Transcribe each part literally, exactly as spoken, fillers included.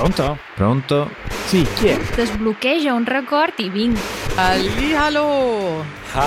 Pronto? Pronto? Sì, chi è? Desbloqueja un record i vinc. Hallihallo!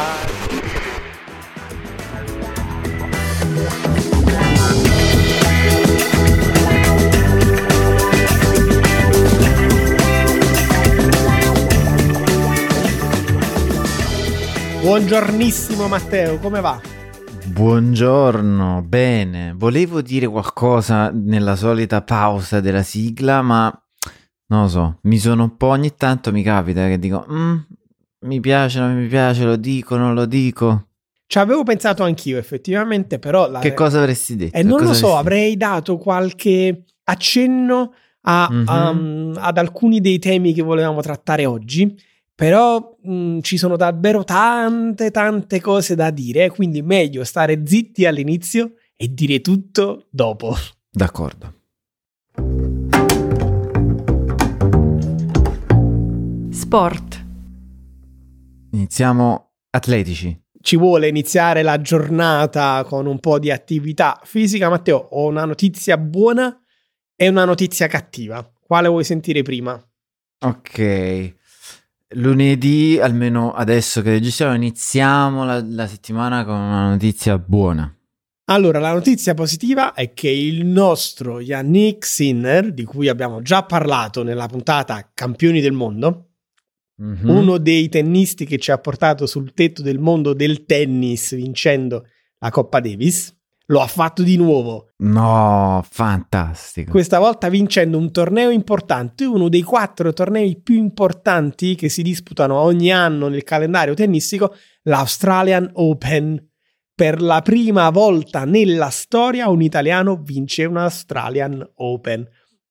Buongiornissimo Matteo, come va? Buongiorno, bene. Volevo dire qualcosa nella solita pausa della sigla, ma non lo so, mi sono un po', ogni tanto mi capita che dico mm, mi piace, non mi piace, lo dico, non lo dico. Ci avevo pensato anch'io effettivamente, però la... Che cosa avresti detto? Eh, non cosa lo so, avresti... avrei dato qualche accenno a, mm-hmm. um, ad alcuni dei temi che volevamo trattare oggi, però mh, ci sono davvero tante tante cose da dire, quindi meglio stare zitti all'inizio e dire tutto dopo. D'accordo. Sport. Iniziamo atletici. Ci vuole iniziare la giornata con un po' di attività fisica. Matteo, ho una notizia buona e una notizia cattiva. Quale vuoi sentire prima? Ok. Lunedì, almeno adesso che registriamo, iniziamo la, la settimana con una notizia buona. Allora, la notizia positiva è che il nostro Jannik Sinner, di cui abbiamo già parlato nella puntata Campioni del Mondo, mm-hmm. uno dei tennisti che ci ha portato sul tetto del mondo del tennis vincendo la Coppa Davis, lo ha fatto di nuovo. No, fantastico. Questa volta vincendo un torneo importante, uno dei quattro tornei più importanti che si disputano ogni anno nel calendario tennistico, l'Australian Open. Per la prima volta nella storia un italiano vince un Australian Open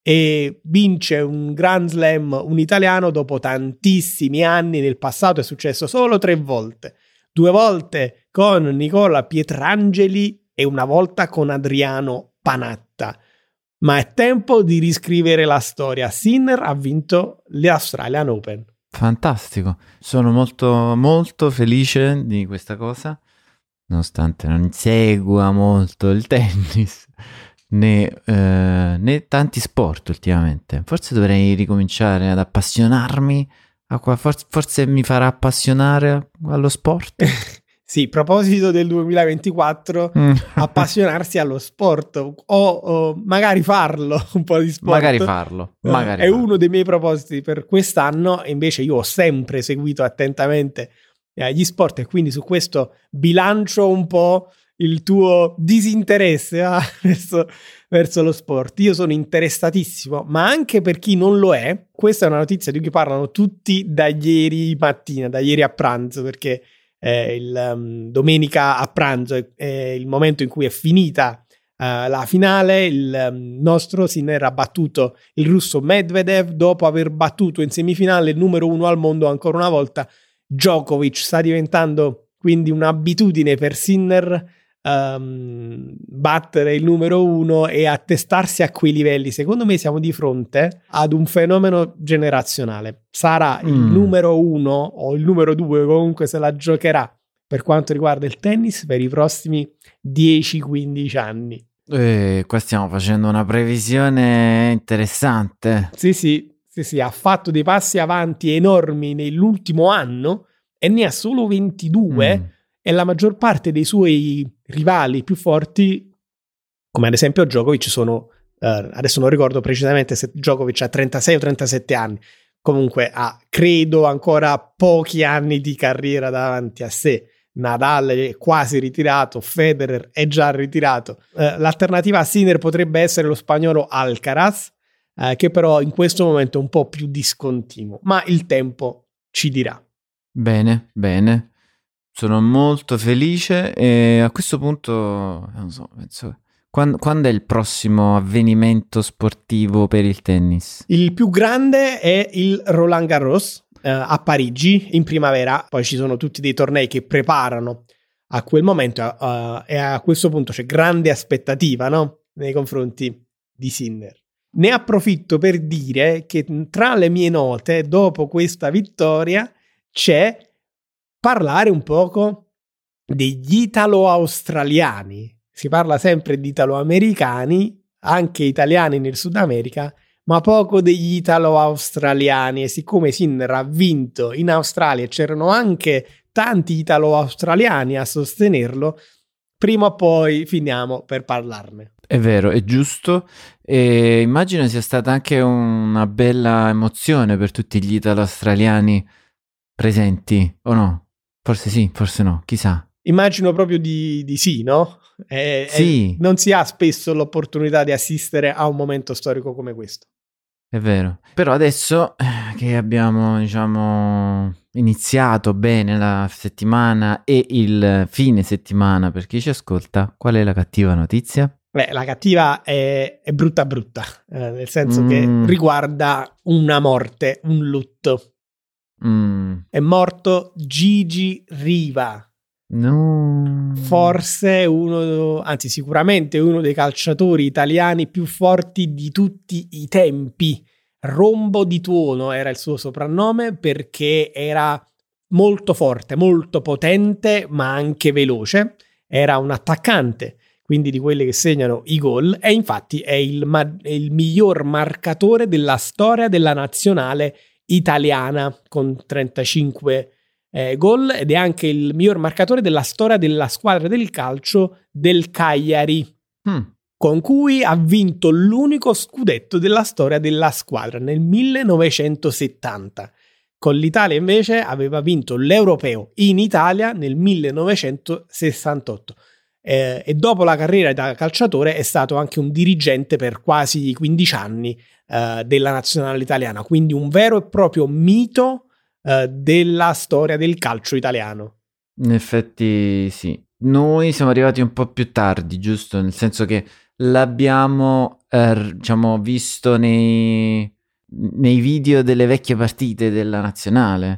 e vince un Grand Slam un italiano dopo tantissimi anni. Nel passato è successo solo tre volte, due volte con Nicola Pietrangeli e una volta con Adriano Panatta. Ma è tempo di riscrivere la storia. Sinner ha vinto l'Australian Open. Fantastico, sono molto molto felice di questa cosa, nonostante non segua molto il tennis né, eh, né tanti sport ultimamente. Forse dovrei ricominciare ad appassionarmi a qua, forse, forse mi farà appassionare allo sport. Sì, proposito del duemilaventiquattro, mm. appassionarsi allo sport o, o magari farlo un po' di sport. Magari farlo, magari è farlo. Uno dei miei propositi per quest'anno, e invece io ho sempre seguito attentamente eh, gli sport e quindi su questo bilancio un po' il tuo disinteresse eh, verso, verso lo sport. Io sono interessatissimo, ma anche per chi non lo è, questa è una notizia di cui parlano tutti da ieri mattina, da ieri a pranzo, perché Eh, il, um, domenica a pranzo è, è il momento in cui è finita uh, la finale. Il um, nostro Sinner ha battuto il russo Medvedev dopo aver battuto in semifinale il numero uno al mondo ancora una volta, Djokovic. Sta diventando quindi un'abitudine per Sinner um, battere il numero uno e attestarsi a quei livelli. Secondo me siamo di fronte ad un fenomeno generazionale. Sarà mm. il numero uno o il numero due, comunque se la giocherà per quanto riguarda il tennis per i prossimi dieci quindici anni. Eh, qua stiamo facendo una previsione interessante. Sì, sì, sì, sì, ha fatto dei passi avanti enormi nell'ultimo anno e ne ha solo ventidue. Mm. E la maggior parte dei suoi rivali più forti, come ad esempio Djokovic, sono, eh, adesso non ricordo precisamente se Djokovic ha trentasei o trentasette anni, comunque ha, credo, ancora pochi anni di carriera davanti a sé. Nadal è quasi ritirato, Federer è già ritirato. Eh, l'alternativa a Sinner potrebbe essere lo spagnolo Alcaraz, eh, che però in questo momento è un po' più discontinuo, ma il tempo ci dirà. Bene, bene. Sono molto felice e a questo punto, non so, penso, quando, quando è il prossimo avvenimento sportivo per il tennis? Il più grande è il Roland Garros eh, a Parigi in primavera, poi ci sono tutti dei tornei che preparano a quel momento uh, e a questo punto c'è grande aspettativa, no? Nei confronti di Sinner. Ne approfitto per dire che tra le mie note, dopo questa vittoria, c'è parlare un poco degli italo-australiani. Si parla sempre di italo-americani, anche italiani nel Sud America, ma poco degli italo-australiani, e siccome Sinner ha vinto in Australia e c'erano anche tanti italo-australiani a sostenerlo, prima o poi finiamo per parlarne. È vero, è giusto, e immagino sia stata anche una bella emozione per tutti gli italo-australiani presenti, o no? Forse sì, forse no, chissà. Immagino proprio di, di sì, no? È, Sì. È, non si ha spesso l'opportunità di assistere a un momento storico come questo. È vero, però adesso eh, che abbiamo, diciamo, iniziato bene la settimana e il fine settimana per chi ci ascolta, qual è la cattiva notizia? Beh, la cattiva è, è brutta brutta, eh, nel senso Mm. che riguarda una morte, un lutto. Mm. È morto Gigi Riva, No. forse uno, anzi sicuramente uno dei calciatori italiani più forti di tutti i tempi. Rombo di tuono era il suo soprannome perché era molto forte, molto potente, ma anche veloce. Era un attaccante, quindi di quelli che segnano i gol, e infatti è il, ma- è il miglior marcatore della storia della nazionale italiana con trentacinque eh, gol, ed è anche il miglior marcatore della storia della squadra del calcio del Cagliari, Mm. con cui ha vinto l'unico scudetto della storia della squadra nel millenovecentosettanta. Con l'Italia invece aveva vinto l'Europeo in Italia nel millenovecentosessantotto. Eh, e dopo la carriera da calciatore è stato anche un dirigente per quasi quindici anni eh, della nazionale italiana, quindi un vero e proprio mito eh, della storia del calcio italiano. In effetti sì, noi siamo arrivati un po' più tardi, giusto? Nel senso che l'abbiamo eh, diciamo visto nei, nei video delle vecchie partite della nazionale.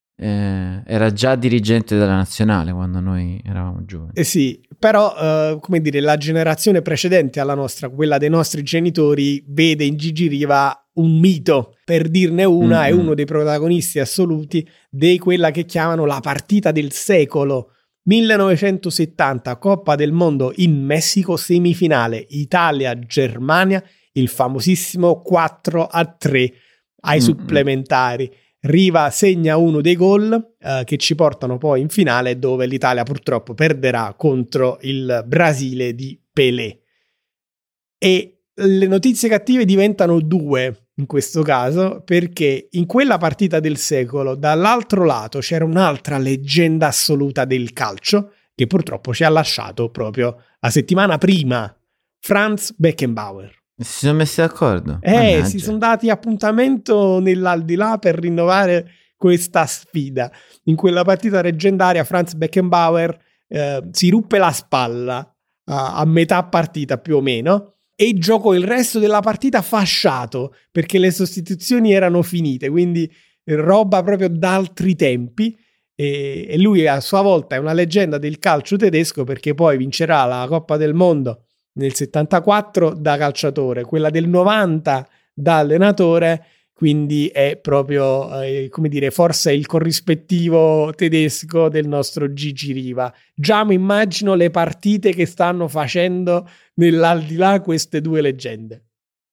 Eh, era già dirigente della nazionale quando noi eravamo giovani. Eh sì, però eh, come dire, la generazione precedente alla nostra, quella dei nostri genitori, vede in Gigi Riva un mito. Per dirne una, Mm-hmm. è uno dei protagonisti assoluti di quella che chiamano la partita del secolo. millenovecentosettanta, Coppa del Mondo in Messico, semifinale Italia-Germania, il famosissimo quattro a tre ai Mm-mm. supplementari. Riva segna uno dei gol eh, che ci portano poi in finale, dove l'Italia purtroppo perderà contro il Brasile di Pelé. E le notizie cattive diventano due in questo caso, perché in quella partita del secolo dall'altro lato c'era un'altra leggenda assoluta del calcio che purtroppo ci ha lasciato proprio la settimana prima, Franz Beckenbauer. Si sono messi d'accordo. Eh, Mannaggia. si sono dati appuntamento nell'aldilà per rinnovare questa sfida. In quella partita leggendaria Franz Beckenbauer eh, si ruppe la spalla a, a metà partita più o meno e giocò il resto della partita fasciato perché le sostituzioni erano finite, quindi roba proprio d'altri tempi. E, e lui a sua volta è una leggenda del calcio tedesco perché poi vincerà la Coppa del Mondo nel settantaquattro da calciatore, quella del novanta da allenatore, quindi è proprio eh, come dire, forse il corrispettivo tedesco del nostro Gigi Riva. Già mi immagino le partite che stanno facendo nell'aldilà queste due leggende.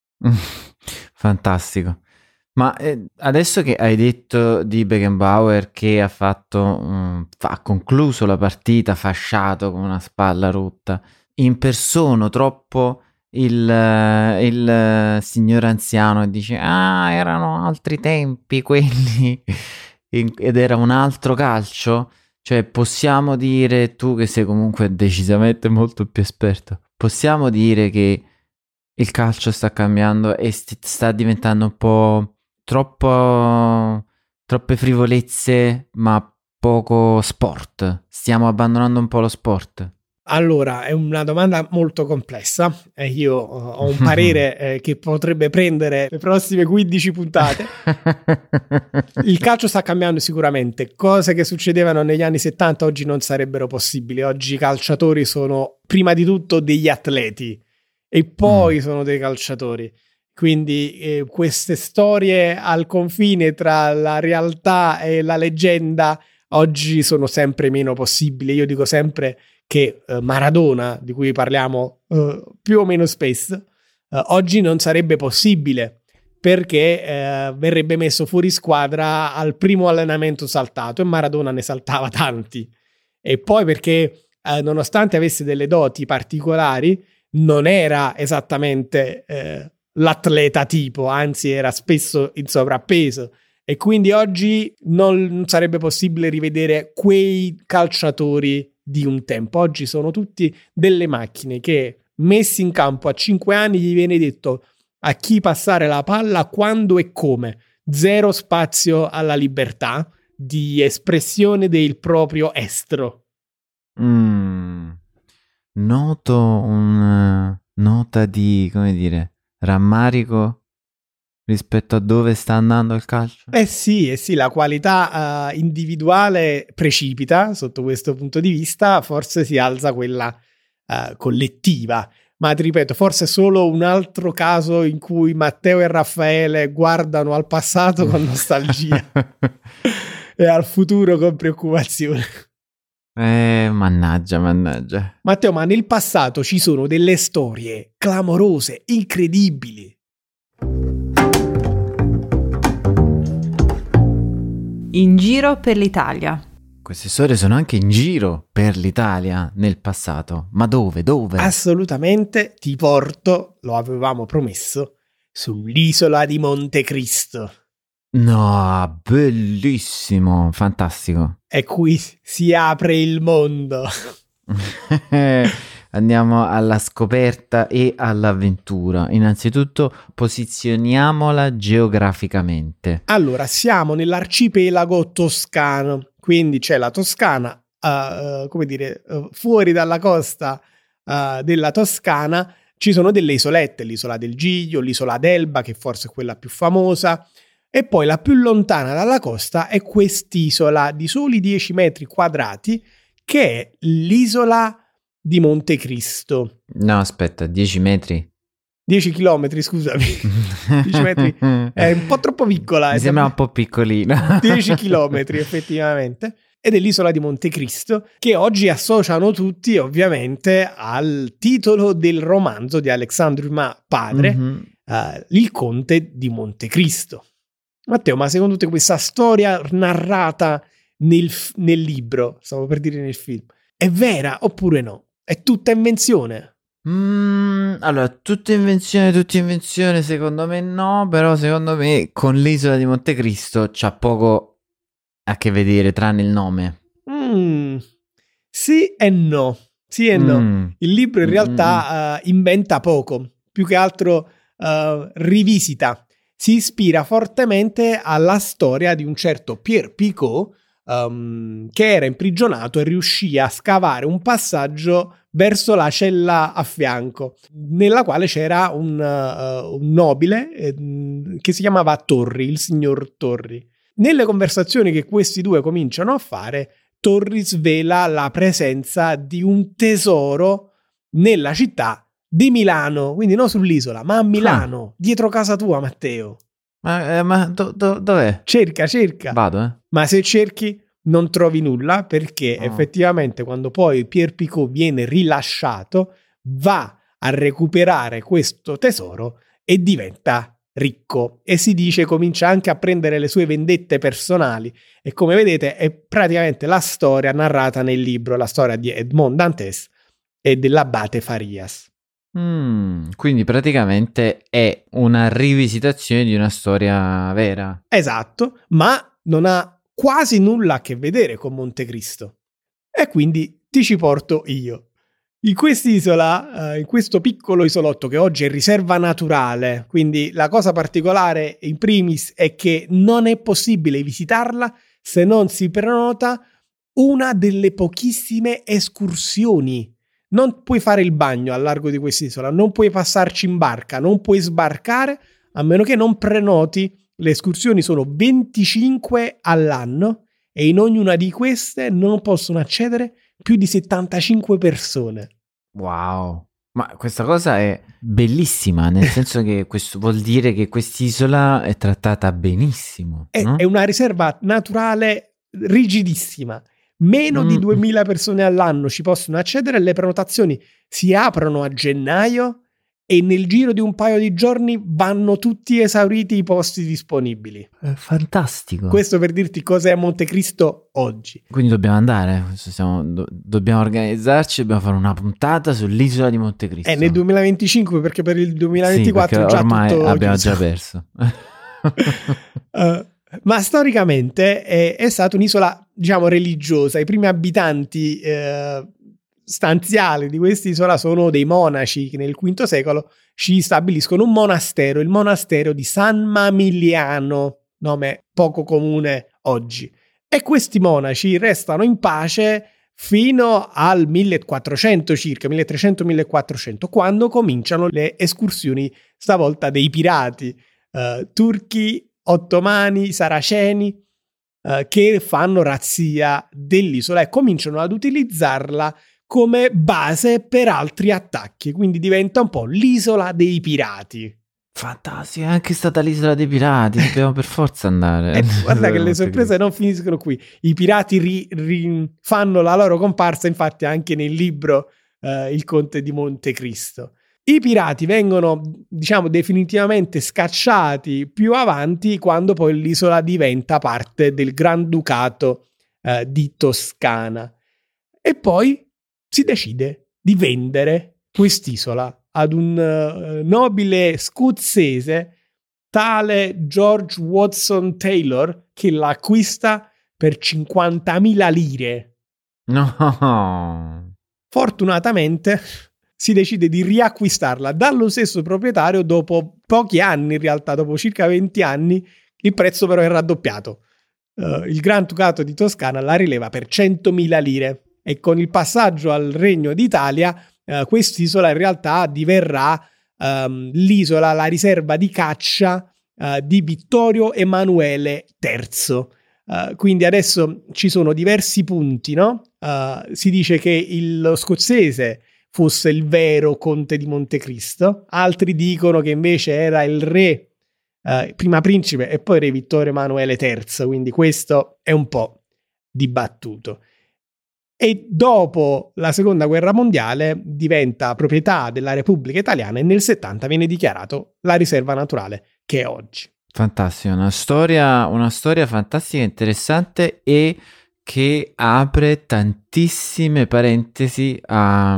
Fantastico. Ma eh, adesso che hai detto di Beckenbauer che ha fatto um, ha concluso la partita fasciato con una spalla rotta, impersono troppo il, uh, il uh, signor anziano e dice ah, erano altri tempi quelli in, ed era un altro calcio. Cioè possiamo dire, tu che sei comunque decisamente molto più esperto, possiamo dire che il calcio sta cambiando e st- sta diventando un po' troppo troppe frivolezze ma poco sport. Stiamo abbandonando un po' lo sport. Allora, è una domanda molto complessa e io ho un parere eh, che potrebbe prendere le prossime quindici puntate. Il calcio sta cambiando sicuramente, cose che succedevano negli anni settanta oggi non sarebbero possibili. Oggi i calciatori sono prima di tutto degli atleti e poi mm. sono dei calciatori. Quindi eh, queste storie al confine tra la realtà e la leggenda oggi sono sempre meno possibili. Io dico sempre che eh, Maradona, di cui parliamo eh, più o meno spesso, eh, oggi non sarebbe possibile. perché eh, verrebbe messo fuori squadra al primo allenamento saltato, e Maradona ne saltava tanti. E poi perché eh, nonostante avesse delle doti particolari non era esattamente eh, l'atleta tipo, anzi era spesso in sovrappeso, e quindi oggi non sarebbe possibile rivedere quei calciatori di un tempo. Oggi sono tutti delle macchine che, messi in campo a cinque anni, gli viene detto a chi passare la palla, quando e come. Zero spazio alla libertà di espressione del proprio estro. Mm, noto una nota di, come dire, rammarico rispetto a dove sta andando il calcio. Eh sì, eh sì, la qualità uh, individuale precipita sotto questo punto di vista, forse si alza quella uh, collettiva. Ma ti ripeto, forse è solo un altro caso in cui Matteo e Raffaele guardano al passato con nostalgia e al futuro con preoccupazione. Eh, mannaggia, mannaggia. Matteo, ma nel passato ci sono delle storie clamorose, incredibili. In giro per l'Italia. Queste storie sono anche in giro per l'Italia nel passato. Ma dove? Dove? Assolutamente, ti porto, lo avevamo promesso, sull'isola di Montecristo. No, bellissimo, fantastico. E qui si apre il mondo. Andiamo alla scoperta e all'avventura. Innanzitutto posizioniamola geograficamente. Allora, siamo nell'arcipelago toscano, quindi c'è la Toscana, uh, come dire, uh, fuori dalla costa uh, della Toscana ci sono delle isolette, l'isola del Giglio, l'isola d'Elba, che forse è quella più famosa, e poi la più lontana dalla costa è quest'isola di soli dieci metri quadrati, che è l'isola di Montecristo. No, aspetta, dieci metri? dieci chilometri, scusami. dieci metri è un po' troppo piccola. Mi sembra un po' piccolina. dieci chilometri effettivamente. Ed è l'isola di Montecristo, che oggi associano tutti ovviamente al titolo del romanzo di Alexandre Dumas padre, mm-hmm. uh, Il Conte di Montecristo. Matteo, ma secondo te questa storia narrata nel, nel libro, stavo per dire nel film, è vera oppure no? È tutta invenzione? Mm, allora, tutta invenzione, tutta invenzione, secondo me no, però secondo me con l'isola di Montecristo c'ha poco a che vedere, tranne il nome. Mm, sì e no, sì e no. Mm. Il libro in realtà uh, inventa poco, più che altro uh, rivisita. Si ispira fortemente alla storia di un certo Pierre Picot, um, che era imprigionato e riuscì a scavare un passaggio verso la cella a fianco, nella quale c'era un, uh, un nobile eh, che si chiamava Torri, il signor Torri. Nelle conversazioni che questi due cominciano a fare, Torri svela la presenza di un tesoro nella città di Milano, quindi non sull'isola, ma a Milano, ah. dietro casa tua, Matteo. Ma, eh, ma do, do, dov'è? Cerca, cerca. Vado, eh. Ma se cerchi non trovi nulla, perché oh. effettivamente quando poi Pierre Picot viene rilasciato, va a recuperare questo tesoro e diventa ricco, e si dice comincia anche a prendere le sue vendette personali, e come vedete è praticamente la storia narrata nel libro, la storia di Edmond Dantes e dell'abate Farias. Mm, quindi praticamente è una rivisitazione di una storia vera. Esatto, ma non ha quasi nulla a che vedere con Montecristo, e quindi ti ci porto io. In quest'isola, in questo piccolo isolotto che oggi è riserva naturale, quindi la cosa particolare in primis è che non è possibile visitarla se non si prenota una delle pochissime escursioni. Non puoi fare il bagno al largo di quest'isola, non puoi passarci in barca, non puoi sbarcare a meno che non prenoti. Le escursioni sono venticinque all'anno e in ognuna di queste non possono accedere più di settantacinque persone. Wow, ma questa cosa è bellissima, nel senso che questo vuol dire che quest'isola è trattata benissimo. È, no? è una riserva naturale rigidissima. Meno mm. di duemila persone all'anno ci possono accedere, le prenotazioni si aprono a gennaio e nel giro di un paio di giorni vanno tutti esauriti i posti disponibili. È fantastico. Questo per dirti cos'è Montecristo oggi. Quindi dobbiamo andare, siamo, do, dobbiamo organizzarci, dobbiamo fare una puntata sull'isola di Montecristo. È nel duemilaventicinque, perché per il duemilaventiquattro sì, già ormai tutto abbiamo chiuso. già perso. uh, ma storicamente è, è stata un'isola, diciamo, religiosa. I primi abitanti eh, stanziali di quest'isola sono dei monaci che nel quinto secolo ci stabiliscono un monastero, il monastero di San Mamiliano, nome poco comune oggi. E questi monaci restano in pace fino al millequattrocento circa, milletrecento millequattrocento, quando cominciano le escursioni, stavolta dei pirati eh, turchi, ottomani, saraceni, eh, che fanno razzia dell'isola e cominciano ad utilizzarla come base per altri attacchi, quindi diventa un po' l'isola dei pirati. Fantastico, è anche stata l'isola dei pirati, dobbiamo per forza andare. Eh, guarda che le sorprese non finiscono qui, i pirati ri, ri, fanno la loro comparsa, infatti anche nel libro eh, Il Conte di Montecristo. I pirati vengono, diciamo, definitivamente scacciati più avanti, quando poi l'isola diventa parte del Granducato eh, di Toscana. E poi si decide di vendere quest'isola ad un uh, nobile scozzese, tale George Watson Taylor, che l'acquista per cinquantamila lire. No! Fortunatamente si decide di riacquistarla dallo stesso proprietario dopo pochi anni, in realtà dopo circa venti anni. Il prezzo però è raddoppiato. Uh, il Granducato di Toscana la rileva per centomila lire. E con il passaggio al Regno d'Italia, eh, quest'isola in realtà diverrà ehm, l'isola, la riserva di caccia eh, di Vittorio Emanuele terzo. Uh, quindi adesso ci sono diversi punti, no? Uh, si dice che il, lo scozzese fosse il vero conte di Montecristo, altri dicono che invece era il re, uh, prima principe e poi re Vittorio Emanuele terzo, quindi questo è un po' dibattuto. E dopo la seconda guerra mondiale diventa proprietà della Repubblica Italiana e nel settanta viene dichiarato la riserva naturale che è oggi. Fantastico, una storia, una storia fantastica, interessante e che apre tantissime parentesi a,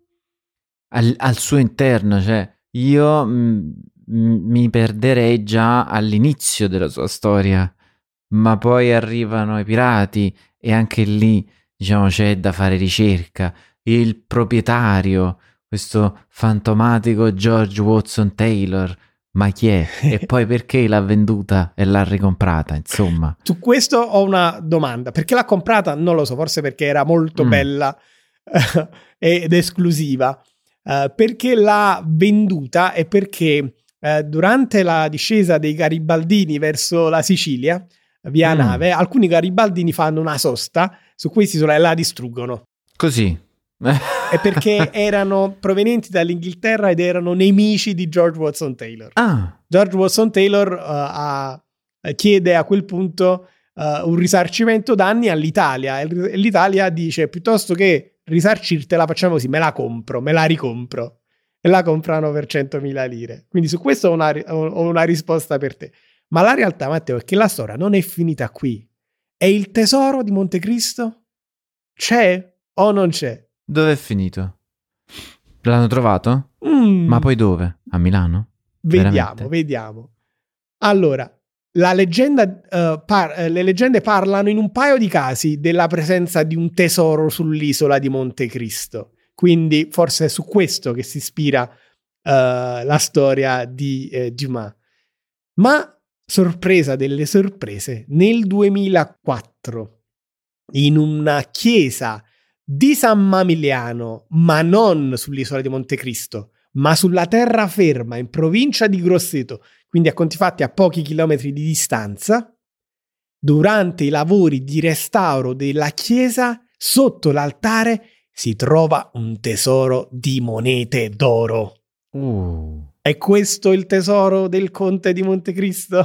al, al suo interno. Cioè, io m, mi perderei già all'inizio della sua storia, ma poi arrivano i pirati e anche lì, diciamo, c'è da fare ricerca. Il proprietario, questo fantomatico George Watson Taylor, ma chi è? E poi perché l'ha venduta e l'ha ricomprata, insomma? Su questo ho una domanda. Perché l'ha comprata? Non lo so, forse perché era molto mm. bella uh, ed esclusiva. Uh, perché l'ha venduta e perché uh, durante la discesa dei garibaldini verso la Sicilia, via mm. nave, alcuni garibaldini fanno una sosta su quest'isola e la distruggono. Così. È perché erano provenienti dall'Inghilterra ed erano nemici di George Watson Taylor. Ah. George Watson Taylor uh, a, chiede a quel punto uh, un risarcimento danni all'Italia e l'Italia dice: piuttosto che risarcirtela facciamo così, me la compro, me la ricompro, e la comprano per centomila lire. Quindi su questo ho una, ho una risposta per te. Ma la realtà, Matteo, è che la storia non è finita qui. E il tesoro di Montecristo c'è o non c'è? Dove è finito? L'hanno trovato? Mm. Ma poi dove? A Milano? Vediamo, Veramente? vediamo. Allora, la leggenda, uh, par- le leggende parlano in un paio di casi della presenza di un tesoro sull'isola di Montecristo. Quindi forse è su questo che si ispira uh, la storia di uh, Dumas. Ma, sorpresa delle sorprese, nel duemilaquattro, in una chiesa di San Mamiliano, ma non sull'isola di Montecristo, ma sulla terraferma in provincia di Grosseto, quindi a conti fatti a pochi chilometri di distanza, durante i lavori di restauro della chiesa, sotto l'altare si trova un tesoro di monete d'oro. Uh. È questo il tesoro del conte di Montecristo?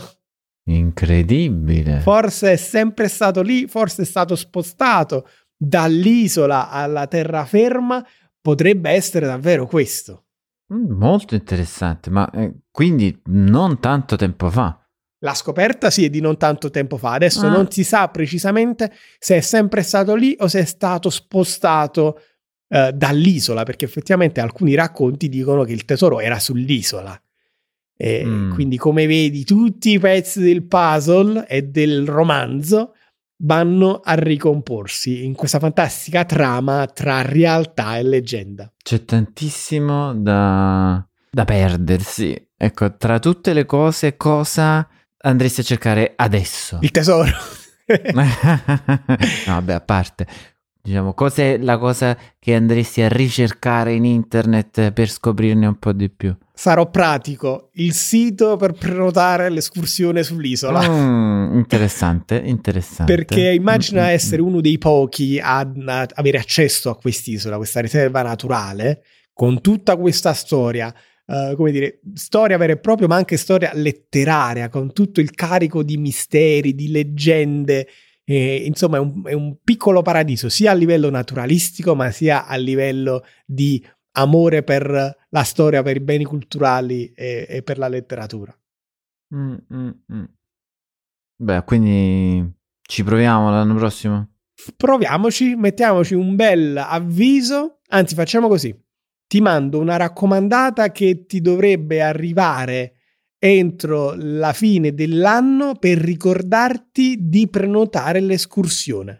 Incredibile. Forse è sempre stato lì, forse è stato spostato dall'isola alla terraferma, potrebbe essere davvero questo. Mm, molto interessante, ma eh, quindi non tanto tempo fa. La scoperta sì è di non tanto tempo fa, adesso Ah. non si sa precisamente se è sempre stato lì o se è stato spostato eh, dall'isola, perché effettivamente alcuni racconti dicono che il tesoro era sull'isola. E Mm. quindi, come vedi, tutti i pezzi del puzzle e del romanzo vanno a ricomporsi in questa fantastica trama tra realtà e leggenda. C'è tantissimo da, da perdersi. Ecco, tra tutte le cose, cosa andresti a cercare adesso? Il tesoro. No, vabbè, a parte, diciamo, cos'è la cosa che andresti a ricercare in internet per scoprirne un po' di più? Sarò pratico, il sito per prenotare l'escursione sull'isola. Mm, interessante, interessante. Perché immagina Mm, essere mm, uno dei pochi a, a avere accesso a quest'isola, questa riserva naturale, con tutta questa storia, uh, come dire, storia vera e propria, ma anche storia letteraria, con tutto il carico di misteri, di leggende. E, insomma, è un, è un piccolo paradiso, sia a livello naturalistico, ma sia a livello di amore per la storia, per i beni culturali e, e per la letteratura. mm, mm, mm. Beh, quindi ci proviamo l'anno prossimo? Proviamoci, mettiamoci un bel avviso, anzi facciamo così, ti mando una raccomandata che ti dovrebbe arrivare entro la fine dell'anno per ricordarti di prenotare l'escursione.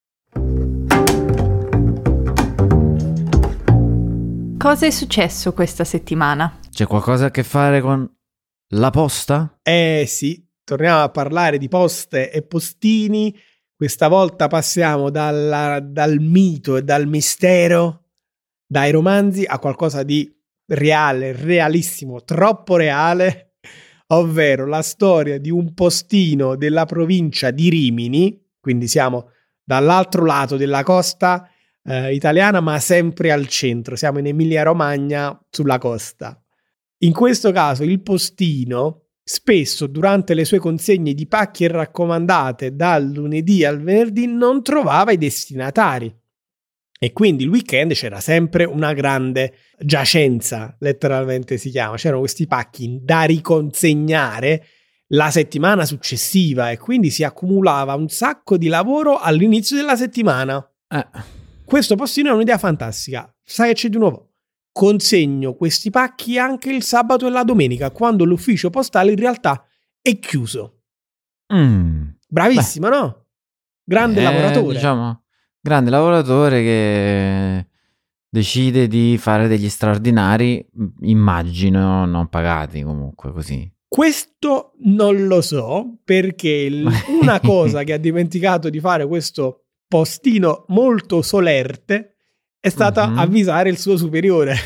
Cosa è successo questa settimana? C'è qualcosa a che fare con la posta? Eh sì, torniamo a parlare di poste e postini. Questa volta passiamo dalla, dal mito e dal mistero, dai romanzi a qualcosa di reale, realissimo, troppo reale, ovvero la storia di un postino della provincia di Rimini, quindi siamo dall'altro lato della costa eh, italiana, ma sempre al centro, siamo in Emilia-Romagna sulla costa. In questo caso il postino spesso durante le sue consegne di pacchi e raccomandate dal lunedì al venerdì non trovava i destinatari e quindi il weekend c'era sempre una grande giacenza, letteralmente si chiama, c'erano questi pacchi da riconsegnare la settimana successiva e quindi si accumulava un sacco di lavoro all'inizio della settimana. Eh. Questo postino è un'idea fantastica, sai che c'è di nuovo? Consegno questi pacchi anche il sabato e la domenica, quando l'ufficio postale in realtà è chiuso. Mm. Bravissimo, Beh. no? Grande eh, lavoratore. Diciamo, grande lavoratore che decide di fare degli straordinari, immagino, non pagati comunque così. Questo non lo so, perché una cosa che ha dimenticato di fare questo postino molto solerte è stata mm-hmm. avvisare il suo superiore.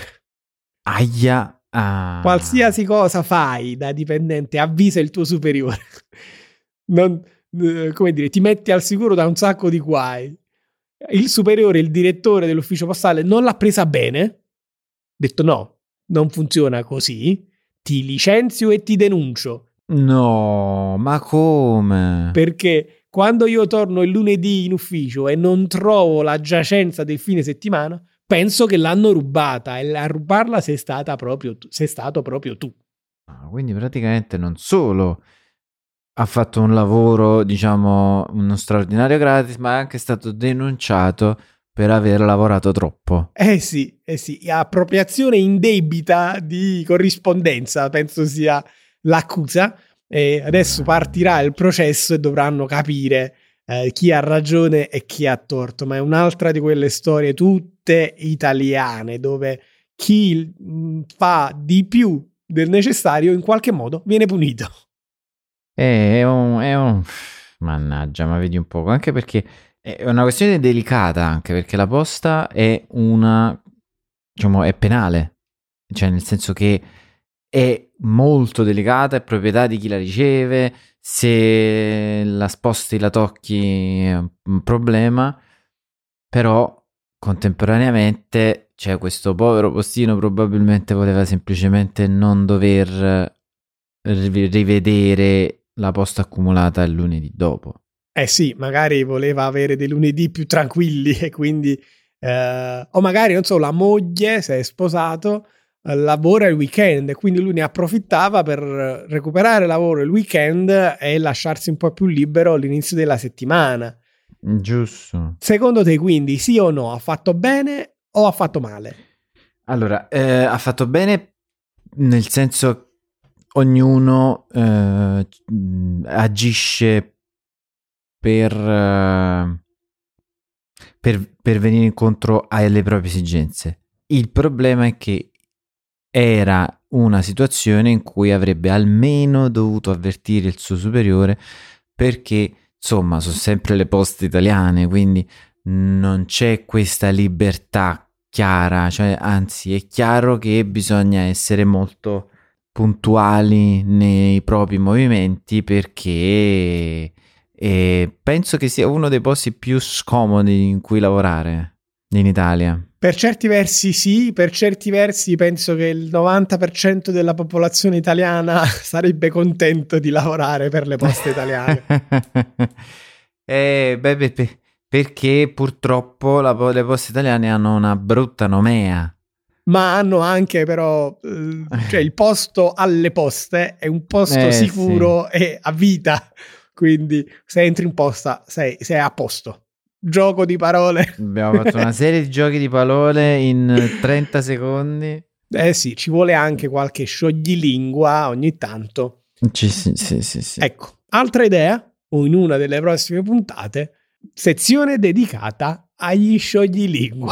Aia. Ah. Qualsiasi cosa fai da dipendente, avvisa il tuo superiore. Non, eh, come dire, ti metti al sicuro da un sacco di guai. Il superiore, il direttore dell'ufficio postale, non l'ha presa bene. Ha detto no, non funziona così. Ti licenzio e ti denuncio. No, ma come? Perché quando io torno il lunedì in ufficio e non trovo la giacenza del fine settimana, penso che l'hanno rubata e a rubarla sei stata proprio tu, sei stato proprio tu. Ah, quindi praticamente non solo ha fatto un lavoro, diciamo, uno straordinario gratis, ma è anche stato denunciato per aver lavorato troppo. Eh sì, eh sì, appropriazione indebita di corrispondenza, penso sia l'accusa. E adesso partirà il processo e dovranno capire eh, chi ha ragione e chi ha torto, ma è un'altra di quelle storie tutte italiane dove chi mh, fa di più del necessario in qualche modo viene punito. È un, è un... Mannaggia, ma vedi un poco, anche perché è una questione delicata, anche perché la posta è una, diciamo, è penale, cioè nel senso che è molto delicata, è proprietà di chi la riceve, se la sposti, la tocchi è un problema, però contemporaneamente c'è questo povero postino probabilmente voleva semplicemente non dover rivedere la posta accumulata il lunedì dopo. Eh sì, magari voleva avere dei lunedì più tranquilli e quindi eh, o magari non so, la moglie, se è sposato, eh, lavora il weekend, e quindi lui ne approfittava per recuperare lavoro il weekend e lasciarsi un po' più libero all'inizio della settimana. Giusto. Secondo te, quindi, sì o no? Ha fatto bene o ha fatto male? Allora, eh, ha fatto bene nel senso ognuno eh, agisce per, eh, per, per venire incontro alle proprie esigenze. Il problema è che era una situazione in cui avrebbe almeno dovuto avvertire il suo superiore, perché insomma sono sempre le poste italiane, quindi non c'è questa libertà chiara, cioè anzi è chiaro che bisogna essere molto puntuali nei propri movimenti, perché eh, penso che sia uno dei posti più scomodi in cui lavorare in Italia. Per certi versi sì, per certi versi penso che il novanta per cento della popolazione italiana sarebbe contento di lavorare per le poste italiane. eh, beh, beh, beh, perché purtroppo la, le poste italiane hanno una brutta nomea. Ma hanno anche però, eh, cioè il posto alle poste è un posto eh, sicuro sì. e a vita, quindi se entri in posta sei, sei a posto. Gioco di parole. Abbiamo fatto una serie di giochi di parole in trenta secondi. Eh sì, ci vuole anche qualche scioglilingua ogni tanto. Ci, sì, sì, sì, sì. Ecco, altra idea, o in una delle prossime puntate, sezione dedicata agli scioglilingua.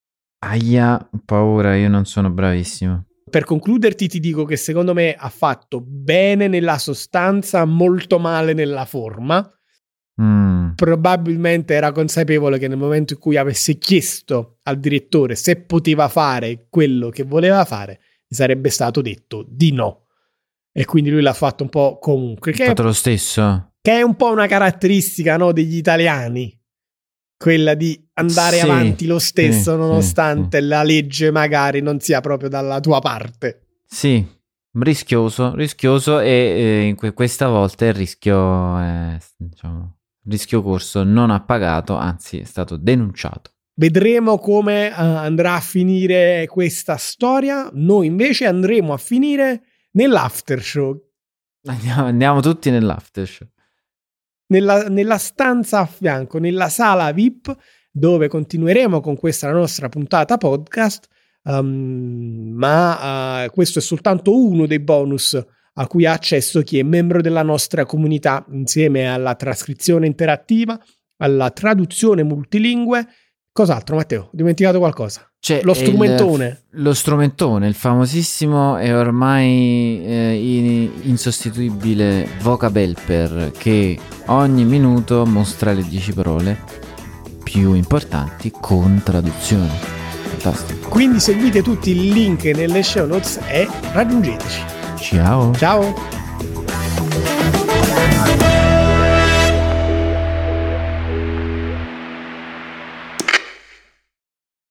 Aia, paura, io non sono bravissimo. Per concluderti ti dico che secondo me ha fatto bene nella sostanza, molto male nella forma. Mm. Probabilmente era consapevole che nel momento in cui avesse chiesto al direttore se poteva fare quello che voleva fare, gli sarebbe stato detto di no. E quindi lui l'ha fatto un po' comunque. Che Ha fatto è, lo stesso? Che è un po' una caratteristica, no, degli italiani. Quella di andare sì, avanti lo stesso, sì, nonostante sì. la legge magari non sia proprio dalla tua parte. Sì, rischioso, rischioso e eh, in que- questa volta il rischio è, diciamo, rischio corso, non ha pagato, anzi è stato denunciato. Vedremo come uh, andrà a finire questa storia. Noi invece andremo a finire nell'after show. Andiamo, andiamo tutti nell'after show. Nella, nella stanza a fianco, nella sala V I P, dove continueremo con questa nostra puntata podcast, um, ma uh, questo è soltanto uno dei bonus a cui ha accesso chi è membro della nostra comunità, insieme alla trascrizione interattiva, alla traduzione multilingue. Cos'altro, Matteo? Ho dimenticato qualcosa? C'è lo strumentone. Il, lo strumentone, il famosissimo e ormai eh, in, insostituibile Vocabelper, che ogni minuto mostra le dieci parole più importanti con traduzione. Fantastico. Quindi seguite tutti il link nelle show notes e raggiungeteci. Ciao. Ciao.